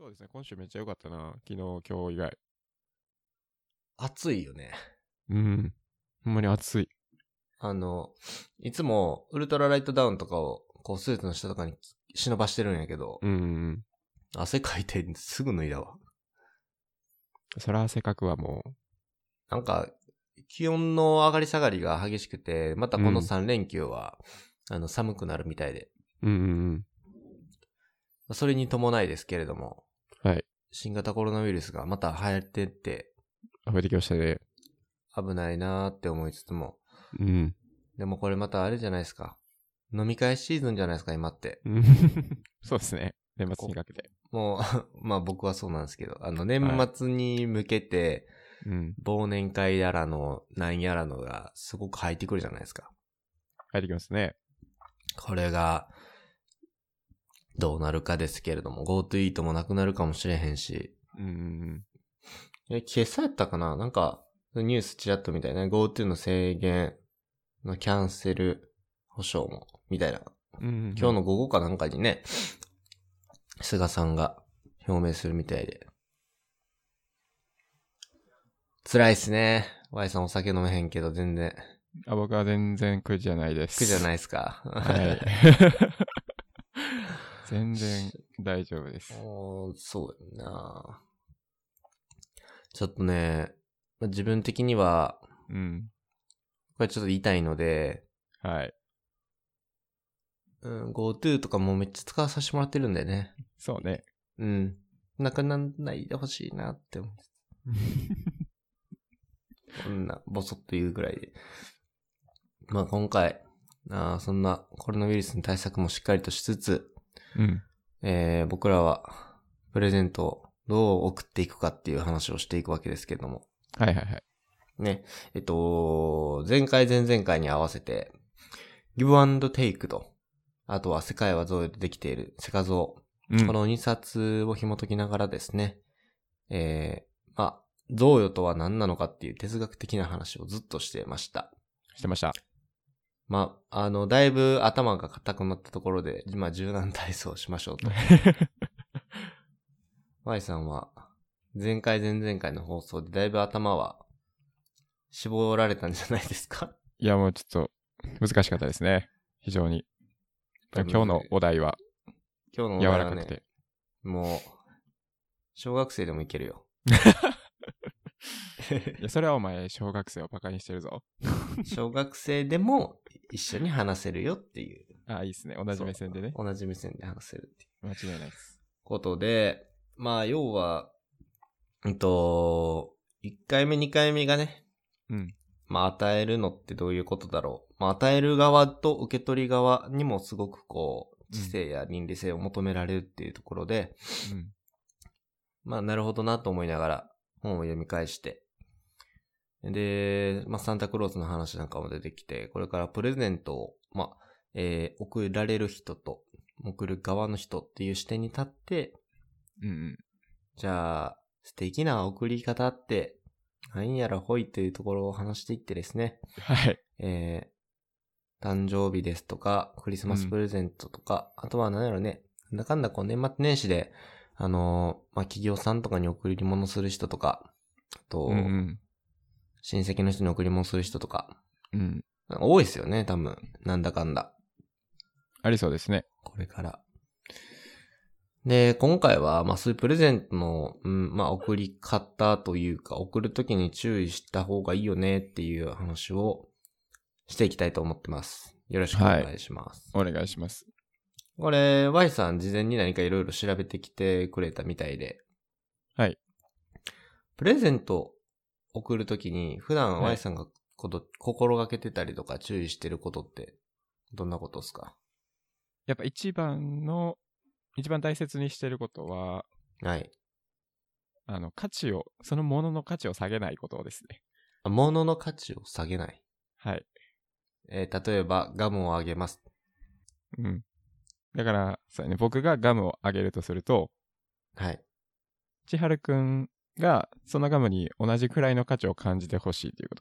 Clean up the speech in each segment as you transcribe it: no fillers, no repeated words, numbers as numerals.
そうですね。今週めっちゃ良かったな。昨日、今日以外。 暑いよね。 うん。ほんまに暑い。 いつもウルトラライトダウンとかをこうスーツの下とかに忍ばしてるんやけど、 うん。 汗かいてすぐ脱いだわ。 そら汗かくはもなんか、気温の上がり下がりが激しくて、またこの3連休は、寒くなるみたいで。 う。うん。 それに伴いですけれども、 はい。 新型コロナウイルスがまた流行ってって、 増えてきましたね。 危ないなーって思いつつも。 うん。 でもこれまたあれじゃないですか。飲み会シーズンじゃないですか、今って。 そうですね。年末にかけて。 もう、まあ僕はそうなんですけど、年末に向けて、忘年会やらの、なんやらのがすごく入ってくるじゃないですか。 入ってきますね。 これが、どうなるかですけれども、GoTo イートもなくなるかもしれへんし。今朝やったかななんか、ニュースちらっとみたいな、GoTo の制限のキャンセル保証も、みたいな。今日の午後かなんかにね、菅さんが表明するみたいで。辛いっすね。Y さんお酒飲めへんけど全然。 僕は全然苦じゃないです。 苦じゃないっすか。 はい。全然大丈夫です。 そうやな。ちょっとね、自分的には、これちょっと言いたいので、 はい。 GoTo とかもめっちゃ使わさせてもらってるんだよね。 そうね。 なくならないでほしいなって思う。こんな、ボソッと言うぐらいで。まあ今回、そんなコロナウイルスの対策もしっかりとしつつ、僕らはプレゼントをどう送っていくかっていう話をしていくわけですけども。 はいはいはい。 ね。前回前々回に合わせて、Give and Take と、あとは世界は贈与でできているセカゾウ。この2冊を紐解きながらですね、まあ、贈与とは何なのかっていう哲学的な話をずっとしてました。 してました。 まあ、だいぶ頭が硬くなったところで、まあ、柔軟体操をしましょうと。Y さんは、前回前々回の放送でだいぶ頭は絞られたんじゃないですか？ いやもうちょっと難しかったですね。非常に。今日のお題は柔らかくて。 もう、小学生でもいけるよ。 いや、それはお前、小学生をバカにしてるぞ。 小学生でも一緒に話せるよっていう。 いいっすね。同じ目線でね。 同じ目線で話せるっていう。 間違いないです。 ことで、まあ、要は、1回目、2回目がね、まあ、与えるのってどういうことだろう。まあ、与える側と受け取り側にもすごくこう、知性や倫理性を求められるっていうところで、まあ、なるほどなと思いながら本を読み返して、で、まあ、サンタクロースの話なんかも出てきて、これからプレゼントを、まあ、送られる人と、送る側の人っていう視点に立って、じゃあ、素敵な送り方って、何やらほいというところを話していってですね。 はい。 誕生日ですとか、クリスマスプレゼントとか、あとは何やろね、なんだかんだこう年末年始で、まあ、企業さんとかに贈り物する人とか、あと、親戚の人に贈り物する人とか、多いですよね、多分。なんだかんだ。 ありそうですね。 これから。で、今回は、まあ、そういうプレゼントの、まあ、送り方というか、送るときに注意した方がいいよねっていう話をしていきたいと思ってます。よろしくお願いします。 お願いします。 これ、Y さん事前に何かいろいろ調べてきてくれたみたいで。 はい。 プレゼント送るときに、普段 Y さんが心がけてたりとか注意してることって、どんなことですか？ やっぱ一番大切にしてることは、 はい。 そのものの価値を下げないことですね。 物の価値を下げない。 はい。 例えば、ガムをあげます。 だから、そうね、僕がガムをあげるとすると、 はい。 千春くんがそのガムに同じくらいの価値を感じてほしいということ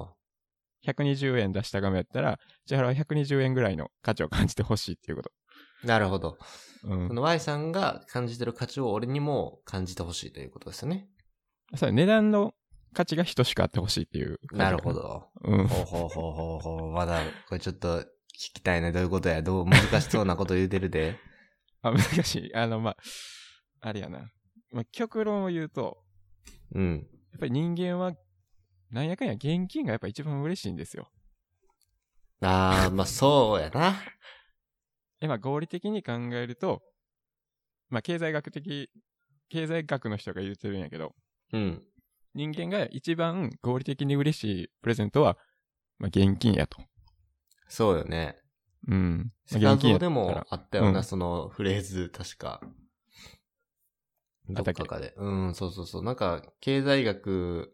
。120円出したガムやったら、千春は120円ぐらいの価値を感じてほしいっていうこと。 なるほど。 うん。 その Y さんが感じてる価値を俺にも感じてほしいということですよね。 そう、値段の価値が等しくあってほしいっていう感じ。 なるほど。 うん。 ほうほうほうほうほう。まだ、これちょっと聞きたいね。どういうことや。難しそうなこと言うてるで。 難しい。まあ、あれやな。まあ、極論を言うと、 うん。 やっぱり人間は、なんやかんや現金がやっぱ一番嬉しいんですよ。 まあそうやな。 まあ合理的に考えると、まあ経済学の人が言ってるんやけど、 うん。 人間が一番合理的に嬉しいプレゼントは、まあ現金やと。 そうよね。 うん。 セカゾーでもあったよな、 うん、 そのフレーズ、確か。どっかかで。うん、そうそうそう。なんか、経済学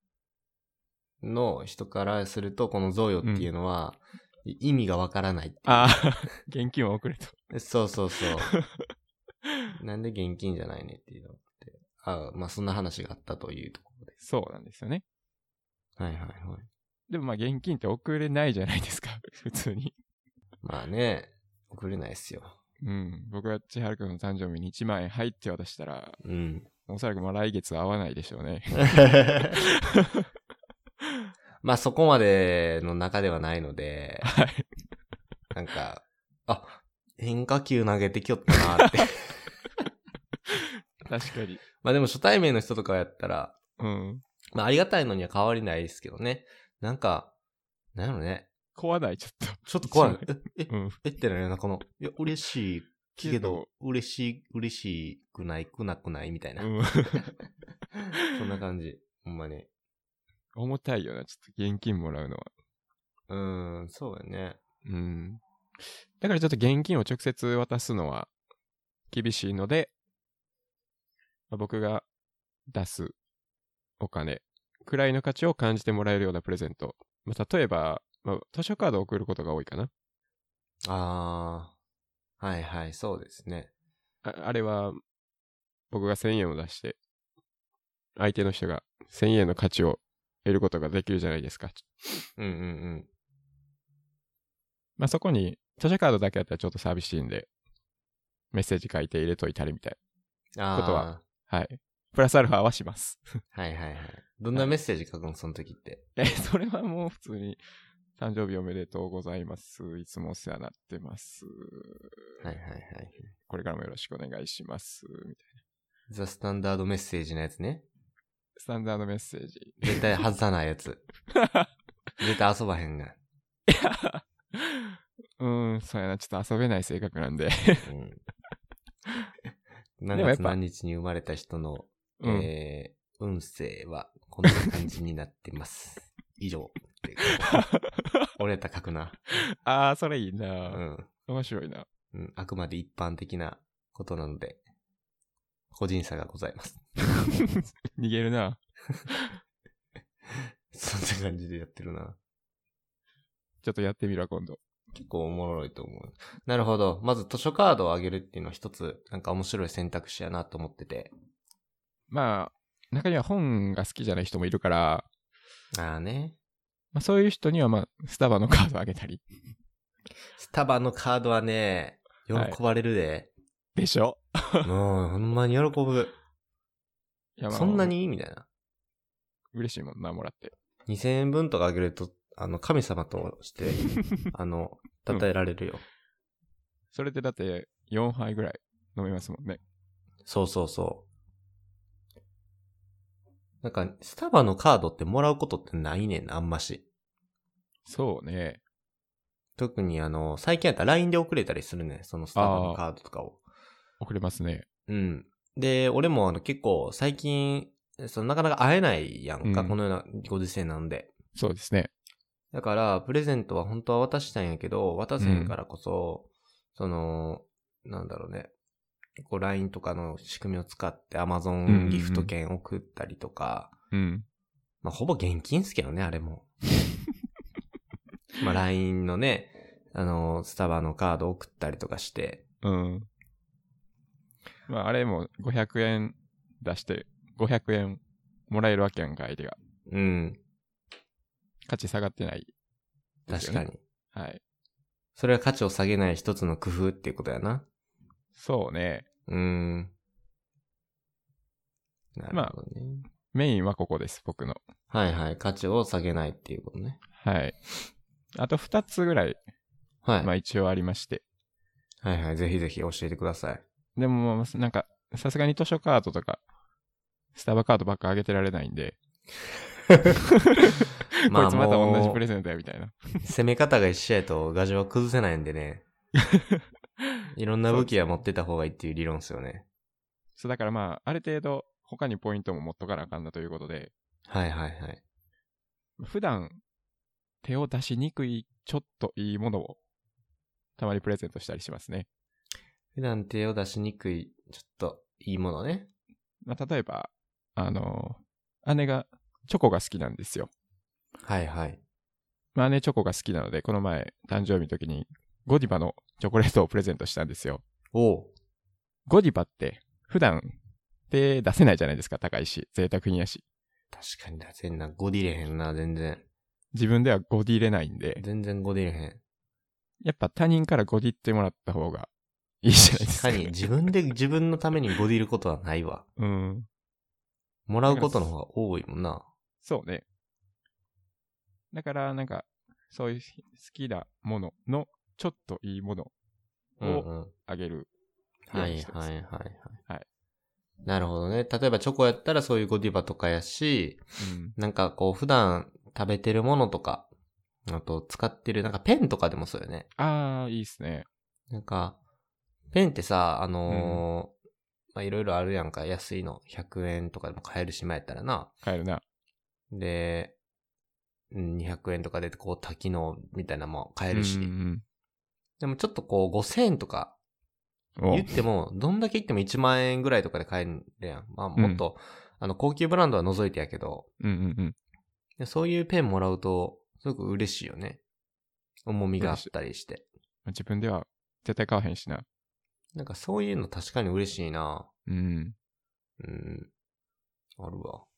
の人からすると、この贈与っていうのは、意味がわからないっていう。 ああ、現金は送れと。 そうそうそう。なんで現金じゃないねっていうのって。まあそんな話があったというところで。 そうなんですよね。 はいはいはい。 でもまあ現金って送れないじゃないですか、普通に。 まあね、送れないっすよ。 うん。僕が千春君の誕生日に1万円入って渡したら、 うん。 おそらくもう来月は会わないでしょうね。 まあそこまでの中ではないので、 はい。 なんか、変化球投げてきよったなって。 確かに。 まあでも初対面の人とかやったら、 うん。 まあありがたいのには変わりないですけどね。なんか、なんやろね。 怖ない、ちょっと。 ちょっと怖い。 うん。 ってなるよな、いや、嬉しいけど、嬉しくないみたいな。 うん。 そんな感じ。ほんまに。 重たいよな、ちょっと現金もらうのは。 そうやね。 うん。だからちょっと現金を直接渡すのは厳しいので、まあ、僕が出すお金くらいの価値を感じてもらえるようなプレゼント。まあ、例えば、まあ、図書カードを送ることが多いかな。 はいはい、そうですね。 あれは、僕が1000円を出して、相手の人が1000円の価値を得ることができるじゃないですか。 うんうんうん。 まあ、そこに、図書カードだけだったらちょっと寂しいんで、メッセージ書いて入れといたりみたいなことは、はい。プラスアルファはします。 はいはいはい。どんなメッセージ書くの、その時って。 それはもう普通に、誕生日おめでとうございます。いつもお世話になってます。 はいはいはい。 これからもよろしくお願いします。みたいな。 ザ・スタンダードメッセージのやつね。 スタンダードメッセージ。 絶対外さないやつ。絶対遊ばへんが。いや、そうやな。ちょっと遊べない性格なんで。 何月何日に生まれた人の、運勢はこんな感じになってます。以上。俺やったら書くな。 それいいな。面白いな。 あくまで一般的なことなので、個人差がございます。 逃げるな。 そんな感じでやってるな。 ちょっとやってみろ、今度。 結構おもろいと思う。なるほど。まず図書カードをあげるっていうのは一つ、なんか面白い選択肢やなと思ってて。 まあ、中には本が好きじゃない人もいるから、 ね。 まあそういう人にはまあ、スタバのカードあげたり。 スタバのカードはね、喜ばれるで。 はい、でしょもう、ほんまに喜ぶ。いや、まあ、そんなにみたいな。 嬉しいもんな、もらって。 2000円分とかあげると、神様として、称えられるよ。 それでだって4杯ぐらい飲みますもんね。 そうそうそう。なんか、スタバのカードってもらうことってないねんな、あんまし。 そうね。 特に最近やったら LINE で送れたりするね。そのスタバのカードとかを。 送れますね。 うん。で、俺も結構最近、なかなか会えないやんか、このようなご時世なんで。 そうですね。 だから、プレゼントは本当は渡したんやけど、渡せへんからこそ、なんだろうね。LINE とかの仕組みを使って Amazon ギフト券送ったりとか、まあ、ほぼ現金っすけどね、あれも。まあ、LINE のね、スタバのカード送ったりとかして。 まあ、あれも500円出して、500円もらえるわけやんか、相手が。価値下がってない、 確かに。 はい。 それは価値を下げない一つの工夫っていうことやな。 そうね。 なるほどね。 まあ、メインはここです、僕の。 はいはい。価値を下げないっていうことね。 はい。あと2つぐらい、 はい。 まあ一応ありまして。 はいはい。ぜひぜひ教えてください。 でも、なんか、さすがに図書カードとか、スタバカードばっかあげてられないんで。まあこいつまた同じプレゼントやみたいな。 攻め方が一緒やとガジュは崩せないんでね。いろんな武器は持ってた方がいいっていう理論ですよね。 そうだからまあ、ある程度他にポイントも持っとかなあかんなということで。 はいはいはい。 普段手を出しにくいちょっといいものをたまにプレゼントしたりしますね。 普段手を出しにくいちょっといいものね。 まあ、例えば、姉がチョコが好きなんですよ。 はいはい。 まあ姉チョコが好きなので、この前誕生日の時にゴディバのチョコレートをプレゼントしたんですよ。 おう。 ゴディバって普段手出せないじゃないですか、高いし、贅沢品やし。 確かに出せんな。ゴディれへんな、全然。 自分ではゴディれないんで。 全然ゴディれへん。 やっぱ他人からゴディってもらった方がいいじゃないですか。 確かに自分で自分のためにゴディることはないわ。 うん。 もらうことの方が多いもんな。 そうね。だからなんか、そういう好きなもののちょっといいものをあげるようにしてます。 はいはいはいはい。 はい。 なるほどね。例えばチョコやったらそういうゴディバとかやし、なんかこう普段食べてるものとか、あと使ってるなんかペンとかでもそうよね。 ああ、いいっすね。 なんか、ペンってさ、まあ、いろいろあるやんか。安いの。100円とかでも買えるしまやったらな。 買えるな。 で、200円とかでこう多機能みたいなのも買えるし。でもちょっとこう5000円とか言っても、どんだけ言っても1万円ぐらいとかで買えるやん。まあもっと、高級ブランドは除いてやけど、でそういうペンもらうと、すごく嬉しいよね。重みがあったりして。 自分では絶対買わへんしな。 なんかそういうの確かに嬉しいな。 うん。 あるわ。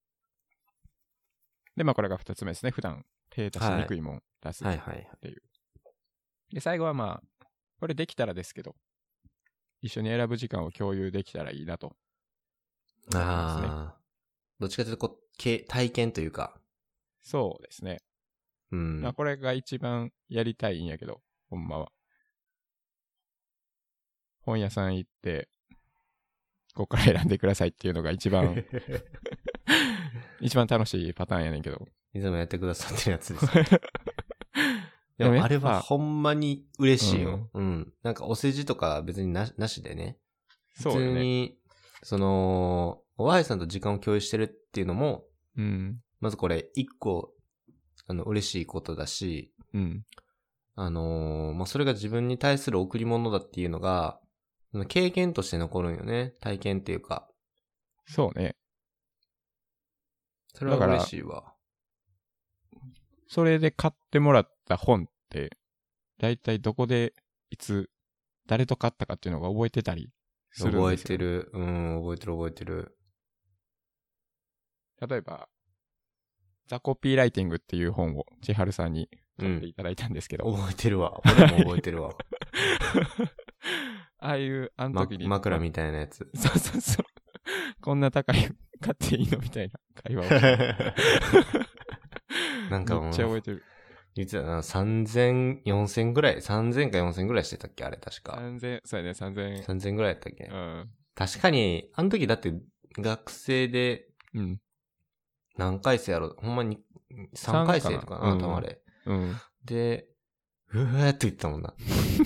で、まあこれが2つ目ですね。普段手出しにくいもん出すっていう。はいはいはい。で、最後はまあ、これできたらですけど、一緒に選ぶ時間を共有できたらいいなと。 ああ。どっちかというとこう、体験というか。 そうですね。まあこれが一番やりたいんやけど、ほんまは。本屋さん行って、ここから選んでくださいっていうのが一番一番楽しいパターンやねんけど。 いつもやってくださってるやつです。でもあれはほんまに嬉しいよ。なんかお世辞とか別になしでね。 そうね。普通に、 おばあさんと時間を共有してるっていうのも、まずこれ一個、嬉しいことだし、まあ、それが自分に対する贈り物だっていうのが、経験として残るんよね。体験っていうか。 そうね。 それは嬉しいわ。 それで買ってもらった本って、だいたいどこで、いつ、誰と買ったかっていうのが覚えてたりするんですよ。 覚えてる。覚えてる。 例えば、ザ・コピーライティングっていう本を千春さんに買っていただいたんですけど。 覚えてるわ。俺も覚えてるわ。 ああいう、あの時に。 枕みたいなやつ。 そうそうそう。こんな高い、買っていいのみたいな会話を。 なんかもう。 めっちゃ覚えてる。 実は3000、4000ぐらい、3000か4000ぐらいしてたっけあれ確か。 3000、そうやね、3000。 3000ぐらいやったっけ確かに、あの時だって学生で、何回生やろほんまに3回生とかな、たまれ。で、うわーって言ったもんな。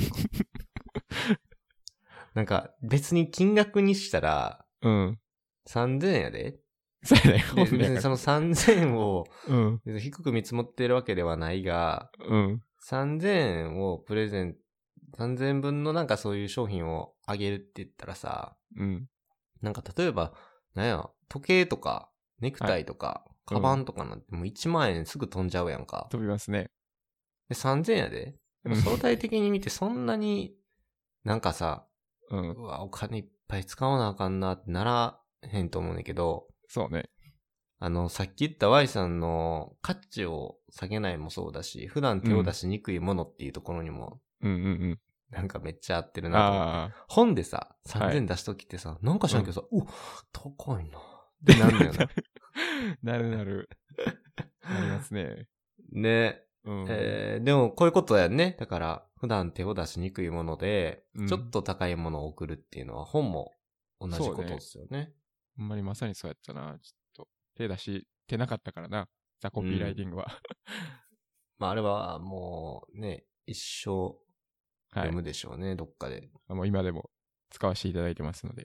なんか、別に金額にしたら、3000円やで。 そうやね。 別にその3000円を、低く見積もってるわけではないが、3000円を3000円分のなんかそういう商品をあげるって言ったらさ、なんか例えば、なんや、時計とか、ネクタイとか、カバンとかなんてもう1万円すぐ飛んじゃうやんか。 飛びますね。 で、3000円やで。でも相対的に見てそんなに、なんかさ、うわ、お金いっぱい使わなあかんなってならへんと思うねんけど、 そうね。 さっき言った Y さんの価値を下げないもそうだし、普段手を出しにくいものっていうところにもうんうんうん。 なんかめっちゃ合ってるなと思って。本でさ、3000出しときってさ、なんか知らんけどさ、お、高いな。ってなんだよな。 なる。なりますね。 ね。でもこういうことだよね。だから、普段手を出しにくいもので、ちょっと高いものを送るっていうのは本も同じことですよね。 ほんまにまさにそうやったな。ちょっと手出してなかったからな。ザ・コピーライティングは。 まああれはもうね、一生読むでしょうね、どっかで。 もう今でも使わせていただいてますので。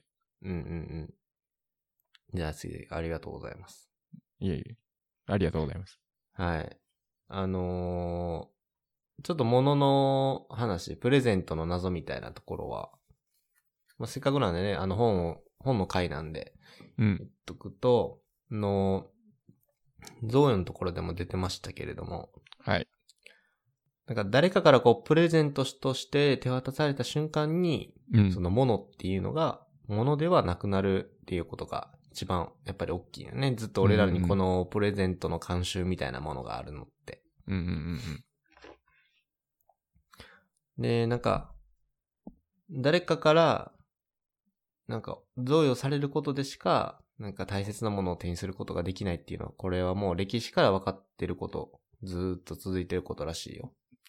じゃあ次、ありがとうございます。 いえいえ。ありがとうございます。 はい。ちょっと物の話、プレゼントの謎みたいなところは、まあ、せっかくなんでね、本の回なんで、言っとくと、贈与のところでも出てましたけれども、 はい。 なんか誰かからこう、プレゼントとして手渡された瞬間に、そのものっていうのが、ものではなくなるっていうことが一番やっぱり大きいよね。ずっと俺らにこのプレゼントの慣習みたいなものがあるのって。で、なんか、誰かから、なんか、贈与されることでしか、なんか大切なものを手にすることができないっていうのは、これはもう歴史から分かってること、ずーっと続いてることらしいよ。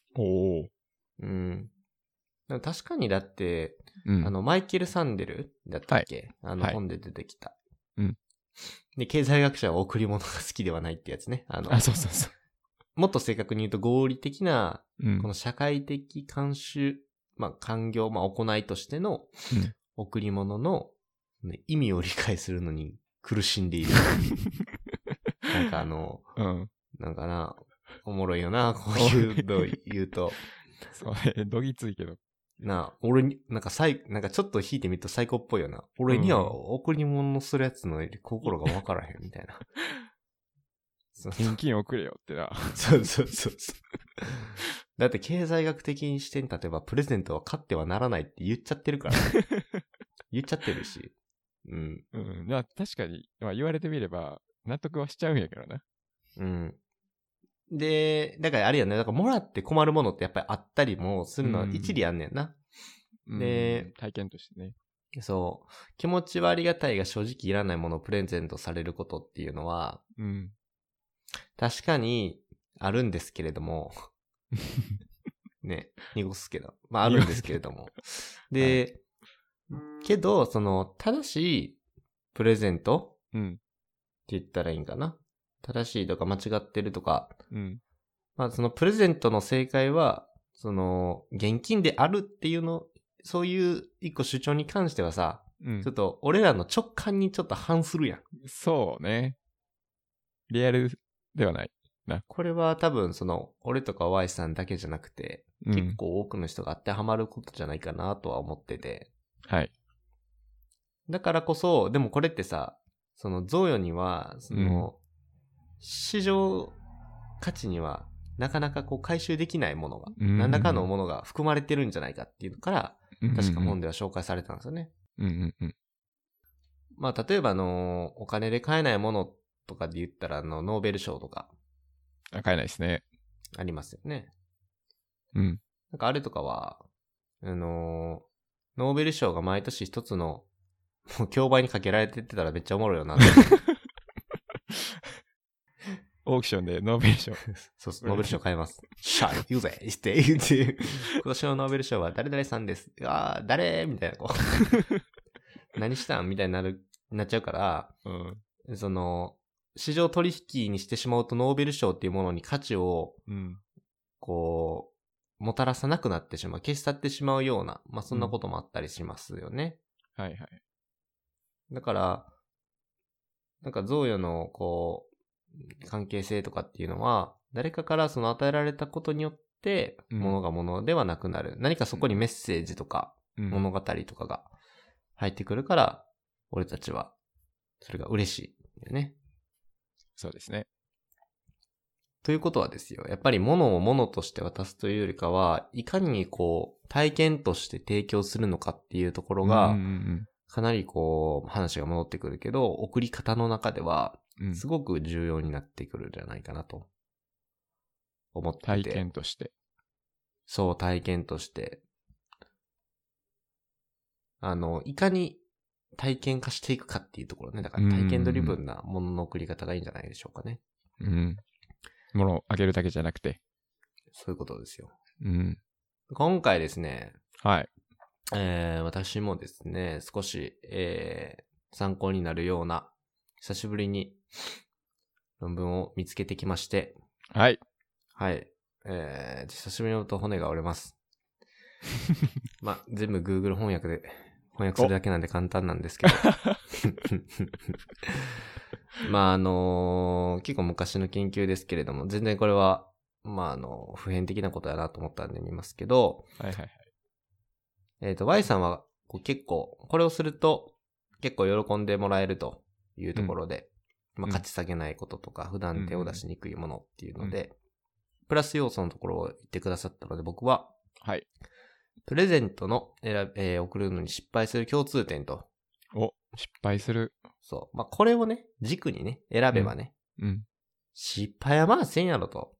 確かにだって、マイケル・サンデルだったっけ、本で出てきた。で、経済学者は贈り物が好きではないってやつね。 そう。 もっと正確に言うと合理的な、この社会的慣習、慣業、行いとしての、贈り物の、意味を理解するのに苦しんでいる。なんかなんかな、おもろいよな、こういうの言うと。 そう、どぎついけど。 俺に、なんかちょっと引いてみると最高っぽいよな。俺には贈り物するやつの心がわからへんみたいな。 現金送れよってな。 そう。だって経済学的にして例えばプレゼントは買ってはならないって言っちゃってるから、ね。言っちゃってるし。 確かに、言われてみれば納得はしちゃうんやけどな。 で、だからあれやね、だからもらって困るものってやっぱりあったりもするのは一理あんねんな。 で、体験としてね。 そう。気持ちはありがたいが正直いらないものをプレゼントされることっていうのは、確かにあるんですけれども、ね、濁すけど。あるんですけれども。で、けど、正しいプレゼントって言ったらいいんかな。正しいとか間違ってるとか。そのプレゼントの正解は、現金であるっていうの、そういう一個主張に関してはさ、ちょっと俺らの直感にちょっと反するやん。 そうね。リアルではないな。 これは多分俺とか Y さんだけじゃなくて、結構多くの人が当てはまることじゃないかなとは思ってて。 はい。 だからこそ、でもこれってさ、贈与には、市場価値にはなかなかこう回収できないものが、何らかのものが含まれてるんじゃないかっていうから、確か本では紹介されたんですよね。例えばお金で買えないものとかで言ったらノーベル賞とか。 買えないですね。 ありますよね。なんかあれとかは、ノーベル賞が毎年一つの、もう競売にかけられてってたらめっちゃおもろいよな。 オークションでノーベル賞。 そう、ノーベル賞買えます。シャー言うぜって言って、今年のノーベル賞は誰々さんです。誰みたいな、こう。何したんみたいになっちゃうから、市場取引にしてしまうとノーベル賞っていうものに価値を、こう、もたらさなくなってしまう、消し去ってしまうような、そんなこともあったりしますよね。 はいはい。 だから、なんか贈与の、こう、関係性とかっていうのは、誰かから与えられたことによって、物が物ではなくなる。何かそこにメッセージとか、物語とかが入ってくるから、俺たちは、それが嬉しいよね。 そうですね。 ということはですよ、やっぱり物を物として渡すというよりかは、いかにこう、体験として提供するのかっていうところが、かなりこう、話が戻ってくるけど、送り方の中では、すごく重要になってくるんじゃないかなと思ってて。 体験として。 そう、体験として。いかに体験化していくかっていうところね。だから体験ドリブンなものの送り方がいいんじゃないでしょうかね。 うん。物をあげるだけじゃなくて。 そういうことですよ。 うん。 今回ですね。 はい。 私もですね、少し、参考になるような、久しぶりに論文を見つけてきまして。 はい。 はい。久しぶりに読むと骨が折れます。まあ、全部 Google 翻訳で翻訳するだけなんで簡単なんですけど。まあ、結構昔の研究ですけれども、全然これは、まあ、普遍的なことやなと思ったんで見ますけど、 はいはいはい。Y さんは結構、これをすると結構喜んでもらえるというところで、まあ、価値下げないこととか、普段手を出しにくいものっていうので、プラス要素のところを言ってくださったので、僕は、 はい。 プレゼントの送るのに失敗する共通点と。 失敗する。 そう。まあ、これをね、軸にね、選べばね、失敗はまあせんやろと。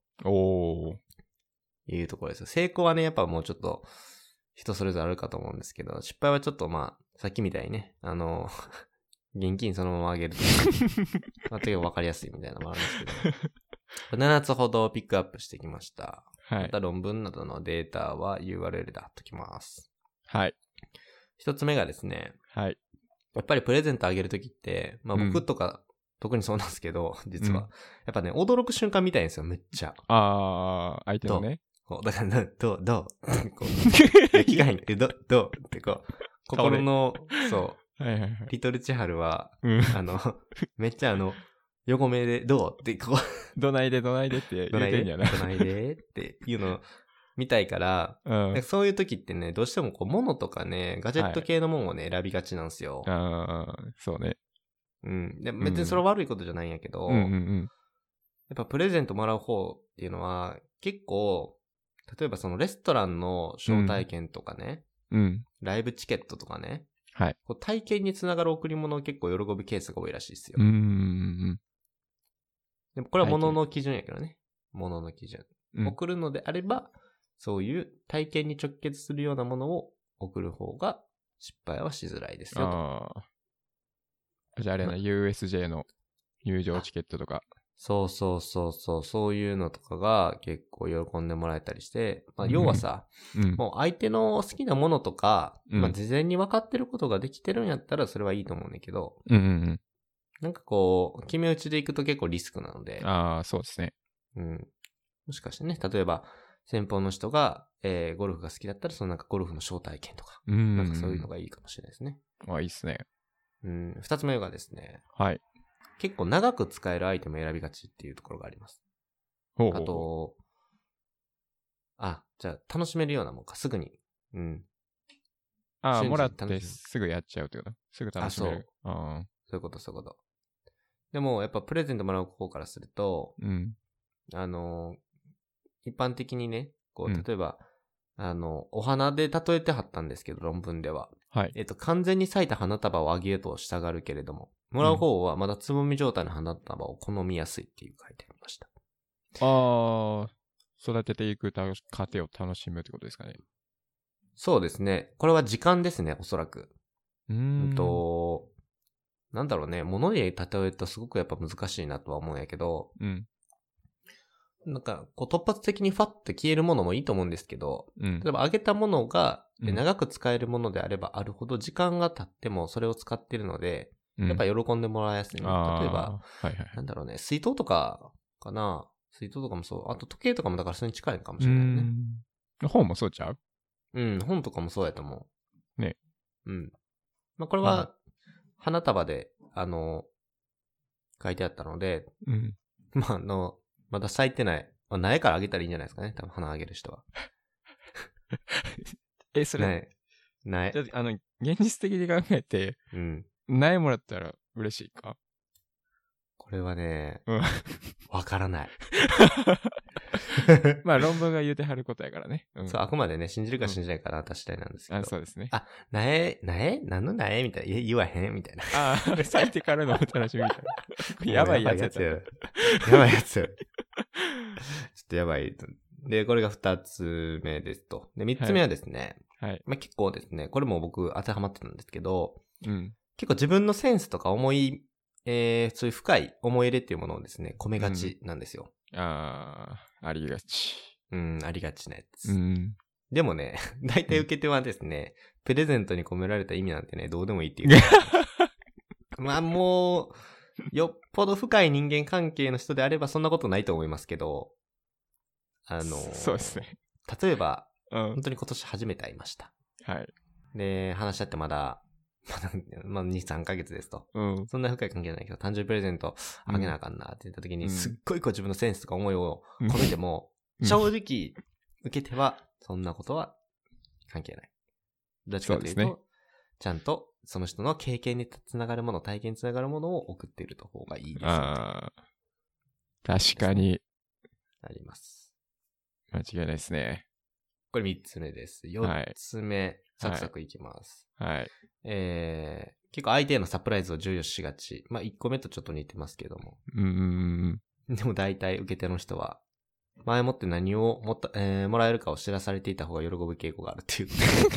いうところですよ。成功はね、やっぱもうちょっと、人それぞれあるかと思うんですけど、失敗はちょっとまあ、さっきみたいにね、現金そのままあげると。まあ、結構わかりやすいみたいなのもあるんですけど。7つほどピックアップしてきました。はい。また論文などのデータは URL で貼っときます。 はい。 一つ目がですね。 はい。 やっぱりプレゼントあげるときって、まあ僕とか、特にそうなんですけど、実は。やっぱね、驚く瞬間見たいんですよ、めっちゃ。 相手のね。 だから、どうってこう、気が入って、どうってこう、心の、そう。 はいはいはい。 リトルチハルは、めっちゃ横目で、どうってこう。 どないでって言うてんやな。 どないでっていうのを見たいから、そういう時ってね、どうしてもこう、物とかね、ガジェット系のものをね、選びがちなんですよ。 そうね。 で別にそれは悪いことじゃないんやけど、やっぱプレゼントもらう方っていうのは、結構、例えばそのレストランの招待券とかね、ライブチケットとかね、 はい。 こう体験につながる贈り物を結構喜ぶケースが多いらしいですよ。でもこれは物の基準やけどね。物の基準。送るのであれば、そういう体験に直結するようなものを送る方が失敗はしづらいですよと。 じゃああれな、USJ の入場チケットとか。 そういうのとかが結構喜んでもらえたりして、まあ要はさ、もう相手の好きなものとか、まあ事前に分かってることができてるんやったらそれはいいと思うんだけど、なんかこう、決め打ちでいくと結構リスクなので。 そうですね。 もしかしてね、例えば、先方の人が、ゴルフが好きだったら、そのなんかゴルフの招待券とか、なんかそういうのがいいかもしれないですね。 いいっすね。 二つ目がですね。 はい。 結構長く使えるアイテムを選びがちっていうところがあります。あと、じゃあ楽しめるようなもんか、すぐに。 もらってすぐやっちゃうってこと？すぐ楽しめる。 そういうこと。でも、やっぱプレゼントもらう方からすると、一般的にね、こう、例えば、お花で例えてはったんですけど、論文では。 はい。 完全に咲いた花束をあげようとしたがるけれども、もらう方はまだつぼみ状態の花束を好みやすいっていう書いてありました。 育てていく過程を楽しむってことですかね。 そうですね。これは時間ですね、おそらく。なんだろうね、物で例えるとすごくやっぱ難しいなとは思うんやけど、なんか、こう突発的にファッと消えるものもいいと思うんですけど、例えばあげたものが長く使えるものであればあるほど時間が経ってもそれを使ってるので、やっぱ喜んでもらいやすい、ね。例えば、なんだろうね、水筒とかかな。水筒とかもそう。あと時計とかもだからそれに近いかもしれないね。 本もそうちゃう？ 本とかもそうやと思う。ね。 まあこれは、花束で、書いてあったので、まだ咲いてない。苗からあげたらいいんじゃないですかね。多分花あげる人は。 それ。 苗。 じゃあ、現実的に考えて、苗もらったら嬉しいか？ これはね、わからない。 まあ論文が言うてはることやからね。 そう、あくまでね、信じるか信じないかな、私次第なんですけど。 そうですね。 苗何の苗みたいな。言わへんみたいな。 咲いてからのお楽しみみたいな。やばいやつや。 やばいやつや。ちょっとやばい。 で、これが2つ目ですと。で、3つ目はですね、 はい。 まあ、結構ですね、これも僕当てはまってたんですけど、 うん。 結構自分のセンスとかそういう深い思い入れっていうものをですね、込めがちなんですよ。 ありがち。 ありがちなやつ。 うん。 でもね、大体受け手はですね、プレゼントに込められた意味なんてね、どうでもいいっていう。まあもう、よっぽど深い人間関係の人であればそんなことないと思いますけど、 そうですね。 例えば、 本当に今年初めて会いました。 はい。 で、話し合ってまだ2、3ヶ月ですと。 うん。 そんな深い関係ないけど、誕生日プレゼントあげなあかんなって言った時に、すっごい自分のセンスとか思いを込めても、正直、受けては、そんなことは関係ない。どっちかというと、ね、ちゃんとその人の経験につながるもの、体験につながるものを送っている方がいいですよ。 確かに。 あります。 間違いないですね。 これ3つ目です。4つ目、サクサクいきます。 はい。 結構相手へのサプライズを重要視しがち。まあ1個目とちょっと似てますけども。でも大体受け手の人は、前もって何をもらえるかを知らされていた方が喜ぶ傾向があるっていう。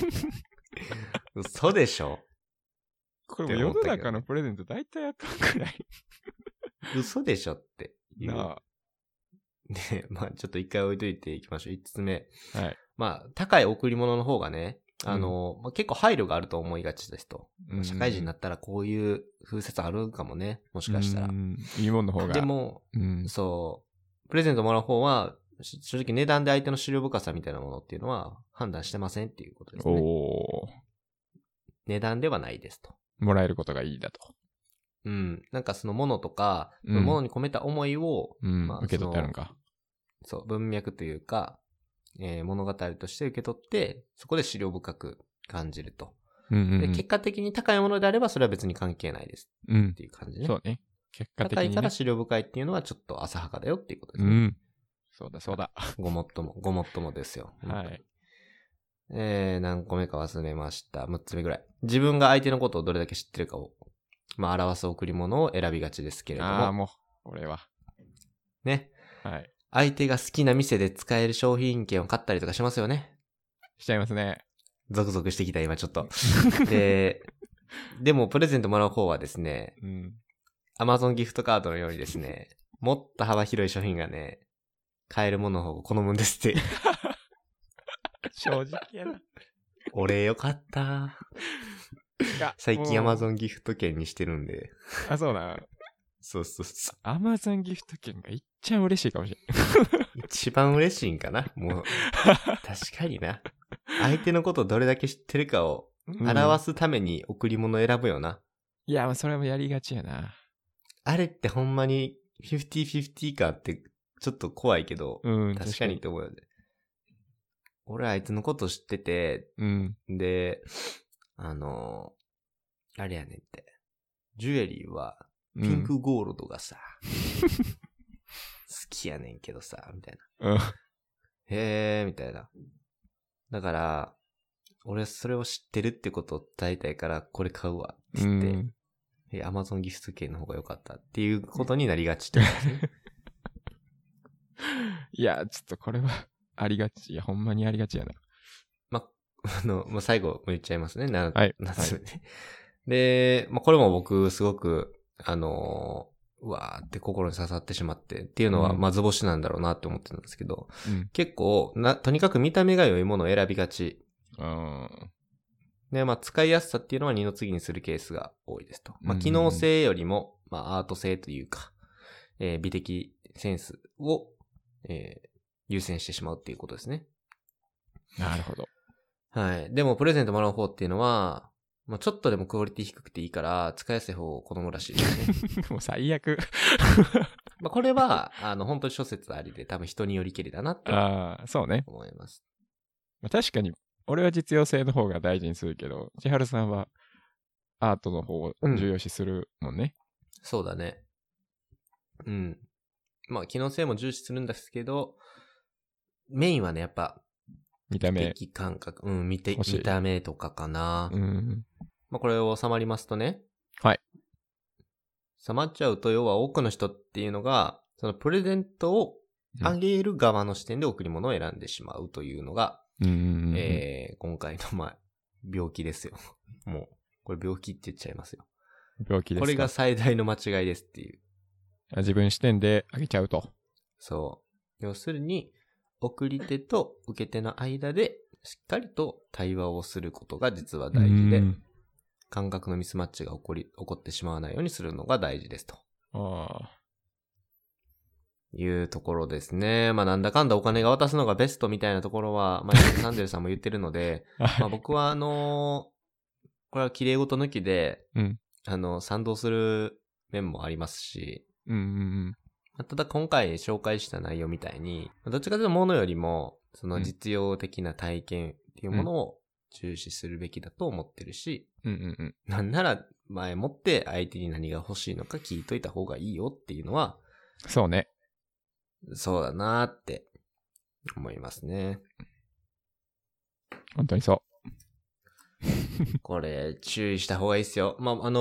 嘘でしょ。 これも世の中のプレゼント大体あかんくらい。 嘘でしょっていう。 なあ。 で、まあちょっと一回置いといていきましょう。5つ目。 はい。 まあ高い贈り物の方がね、まあ、結構配慮があると思いがちですと。社会人になったらこういう風説あるかもね。もしかしたら。 いいもんの方が。 でも、そう、プレゼントもらう方は、正直値段で相手の資料深さみたいなものっていうのは判断してませんっていうことですね。値段ではないですと。 もらえることがいいだと。 なんかそのものとか、そのものに込めた思いを、まあ、 受け取ってあるんか。 そう、文脈というか、物語として受け取って、そこで資料深く感じると。で、結果的に高いものであれば、それは別に関係ないです。っていう感じね。 そうね。結果的に、ね。 高いから資料深いっていうのはちょっと浅はかだよっていうことですね。 そうだそうだ。 ごもっともですよ。 はい。 何個目か忘れました。6つ目ぐらい。自分が相手のことをどれだけ知ってるかを、まあ、表す贈り物を選びがちですけれども。 もう、俺は。 ね。 はい。 相手が好きな店で使える商品券を買ったりとかしますよね。 しちゃいますね。 ゾクゾクしてきた、今ちょっと。でも、プレゼントもらう方はですね、Amazon ギフトカードのようにですね、もっと幅広い商品がね、買えるものの方が好むんですって。 正直やな。 俺よかった。最近 Amazon ギフト券にしてるんで。 あ、そうな。 そうそうそう。 Amazon ギフト券がいっちゃん嬉しいかもしれない。一番嬉しいんかなもう。確かにな。相手のことをどれだけ知ってるかを表すために贈り物選ぶよな。 いや、それもやりがちやな。 あれってほんまに50-50かってちょっと怖いけど、確かにって思うよね。俺あいつのこと知ってて、で、あれやねんって。ジュエリーはピンクゴールドがさ、好きやねんけどさ、みたいな。へー、みたいな。だから、俺それを知ってるってことを伝えたいからこれ買うわ、つって、Amazon ギフト券の方が良かったっていうことになりがちってことですね。 いや、ちょっとこれはありがち。いや、ほんまにありがちやな。 もう最後言っちゃいますね。 はい。 で、これも僕すごく、うわーって心に刺さってしまってっていうのは、図星なんだろうなって思ってるんですけど、結構とにかく見た目が良いものを選びがち。で、使いやすさっていうのは二の次にするケースが多いですと。機能性よりも、アート性というか、美的センスを、優先してしまうっていうことですね。 なるほど。 はい。でも、プレゼントもらう方っていうのは、ちょっとでもクオリティ低くていいから、使いやすい方を好むらしいですね。 もう最悪。 これは、本当に諸説ありで、多分人によりけりだなってそうね。 思います。 確かに、俺は実用性の方が大事にするけど、千春さんはアートの方を重要視するもんね。 そうだね。機能性も重視するんですけど、メインはね、やっぱ、 見た目。 美的感覚。見た目とかかな。これを収まりますとね。 はい。 収まっちゃうと、要は多くの人っていうのが、そのプレゼントをあげる側の視点で贈り物を選んでしまうというのが、今回の病気ですよ。もう、これ病気って言っちゃいますよ。 病気ですか。 これが最大の間違いですっていう。 自分視点であげちゃうと。 そう。要するに、送り手と受け手の間でしっかりと対話をすることが実は大事で、感覚のミスマッチが起こってしまわないようにするのが大事ですと。いうところですね。なんだかんだお金が渡すのがベストみたいなところは、サンデルさんも言ってるので、僕はこれは綺麗事抜きで、賛同する面もありますし、ただ今回紹介した内容みたいに、どっちかというと物よりも、その実用的な体験っていうものを重視するべきだと思ってるし、なんなら前もって相手に何が欲しいのか聞いといた方がいいよっていうのは、 そうね。 そうだなーって思いますね。 本当にそう。 これ注意した方がいいっすよ。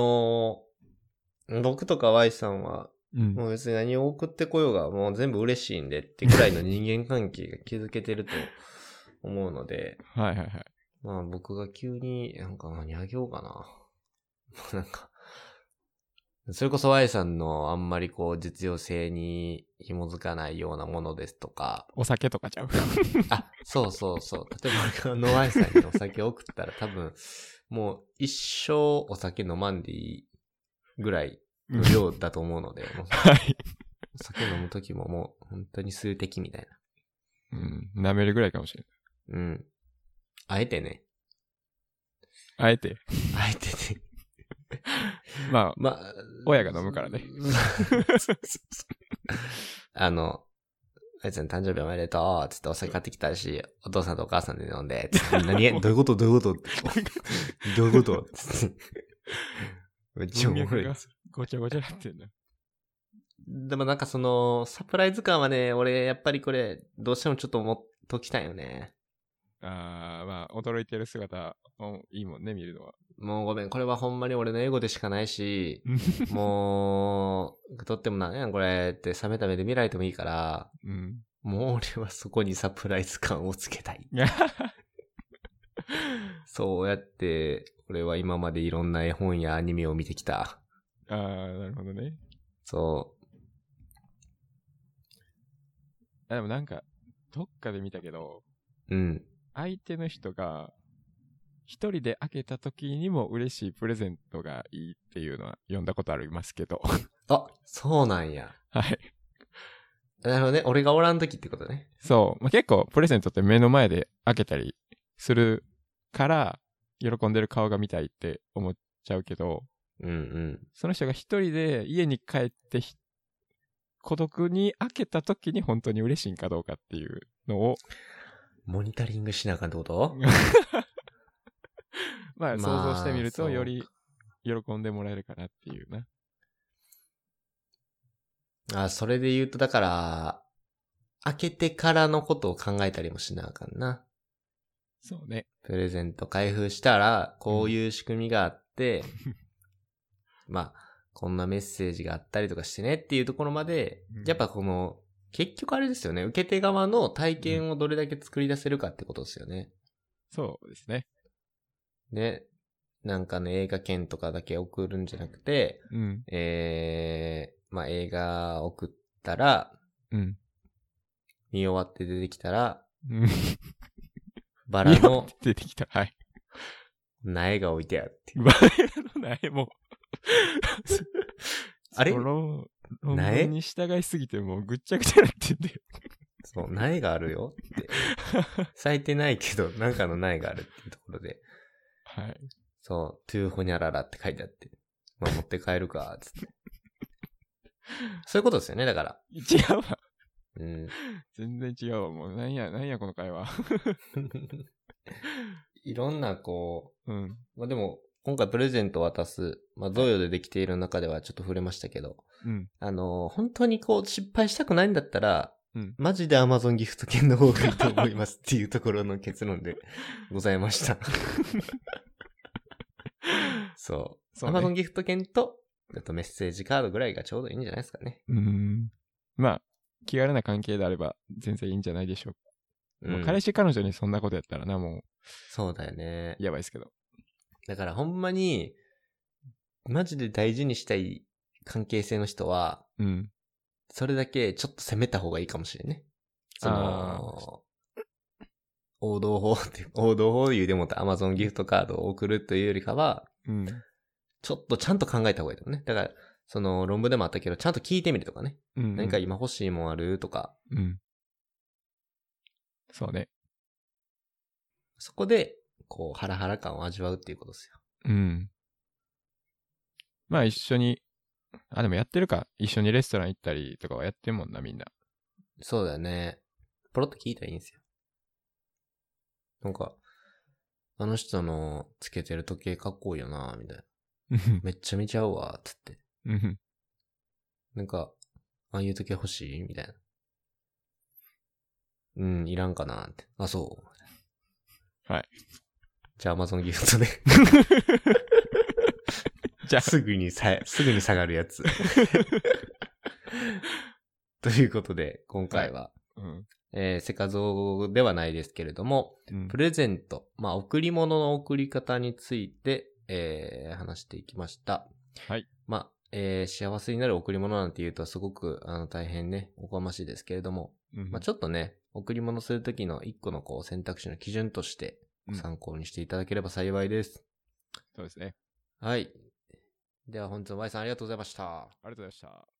僕とか Y さんは、もう別に何を送ってこようがもう全部嬉しいんでってくらいの人間関係が築けてると思うので、僕が急に何あげようかな。それこそ Y さんのあんまり実用性に紐づかないようなものですとか。 お酒とかちゃう。 そう。例えば俺がY さんにお酒を送ったら多分、もう一生お酒飲まんでいいぐらいの量だと思うので、お酒飲むときももう本当に数滴みたいな。舐めるぐらいかもしれない。あえてね。 あえてね。 親が飲むからね。 あいつの誕生日おめでとうつってお酒買ってきたし、お父さんとお母さんで飲んで、どういうことどういうことつって。めっちゃおもろい。 ごちゃごちゃなってんだ。 でもサプライズ感はね、俺やっぱりこれ、どうしてもちょっと持っときたいよね。 驚いてる姿、いいもんね、見るのは。 もうごめん、これはほんまに俺の英語でしかないし、もう、とってもなんやんこれって冷めた目で見られてもいいから、もう俺はそこにサプライズ感をつけたい。そうやって、俺は今までいろんな絵本やアニメを見てきた。 なるほどね。 そう。 でもどっかで見たけど、相手の人が、一人で開けた時にも嬉しいプレゼントがいいっていうのは読んだことありますけど。 そうなんや。 はい。 なるほどね。俺がおらん時ってことね。 そう。結構プレゼントって目の前で開けたりするから、喜んでる顔が見たいって思っちゃうけど、その人が一人で家に帰って孤独に開けた時に本当に嬉しいんかどうかっていうのをモニタリングしなあかんってこと想像してみるとより喜んでもらえるかなっていうな。それで言うとだから開けてからのことを考えたりもしなあかんな。 そうね。 プレゼント開封したらこういう仕組みがあって、こんなメッセージがあったりとかしてねっていうところまで、やっぱ結局あれですよね。受け手側の体験をどれだけ作り出せるかってことですよね。 そうですね。 ね。映画券とかだけ送るんじゃなくて、映画送ったら、見終わって出てきたら、バラの出てきた。はい。 苗が置いてあるっていう。 バラの苗もあれ論文に従いすぎてもうぐっちゃぐちゃなってんだよ。 そう、苗があるよって。咲いてないけど、なんかの苗があるっていうところで。 はい。 そう、トゥーホニャララって書いてあって。持って帰るか、つって。そういうことですよね、だから。 違うわ。全然違うわ。もう、なんやこの会話。 いろんなでも、今回プレゼントを渡す、贈与でできている中ではちょっと触れましたけど、本当に失敗したくないんだったら、マジで Amazon ギフト券の方がいいと思いますっていうところの結論でございました。そう。Amazon ギフト券と、あとメッセージカードぐらいがちょうどいいんじゃないですかね。 気軽な関係であれば全然いいんじゃないでしょうか。もう彼氏彼女にそんなことやったらな、もう。 そうだよね。 やばいですけど。 だからほんまに、マジで大事にしたい関係性の人は、それだけちょっと攻めた方がいいかもしれんね。王道法言うでもって Amazon ギフトカードを送るというよりかは、ちょっとちゃんと考えた方がいいと思うね。だから、その論文でもあったけど、ちゃんと聞いてみるとかね。何か今欲しいもんあるとか。 そうね。 そこで、こう、ハラハラ感を味わうっていうことですよ。 まあ一緒に、でもやってるか。一緒にレストラン行ったりとかはやってんもんな、みんな。 そうだよね。ポロッと聞いたらいいんですよ。なんか、あの人のつけてる時計かっこいいよな、みたいな。めっちゃ見ちゃうわ、つって。なんか、ああいう時計欲しいみたいな。いらんかなって。あ、そう。 はい。 じゃあ Amazon ギフトで。じゃあすぐに下がるやつ。ということで、今回は、セカゾではないですけれども、プレゼント、贈り物の贈り方について、話していきました。 はい。 幸せになる贈り物なんて言うとすごく大変ね、おこがましいですけれども、ちょっとね、贈り物するときの一個のこう選択肢の基準として参考にしていただければ幸いです。 そうですね。 はい。では本日もYさんありがとうございました。 ありがとうございました。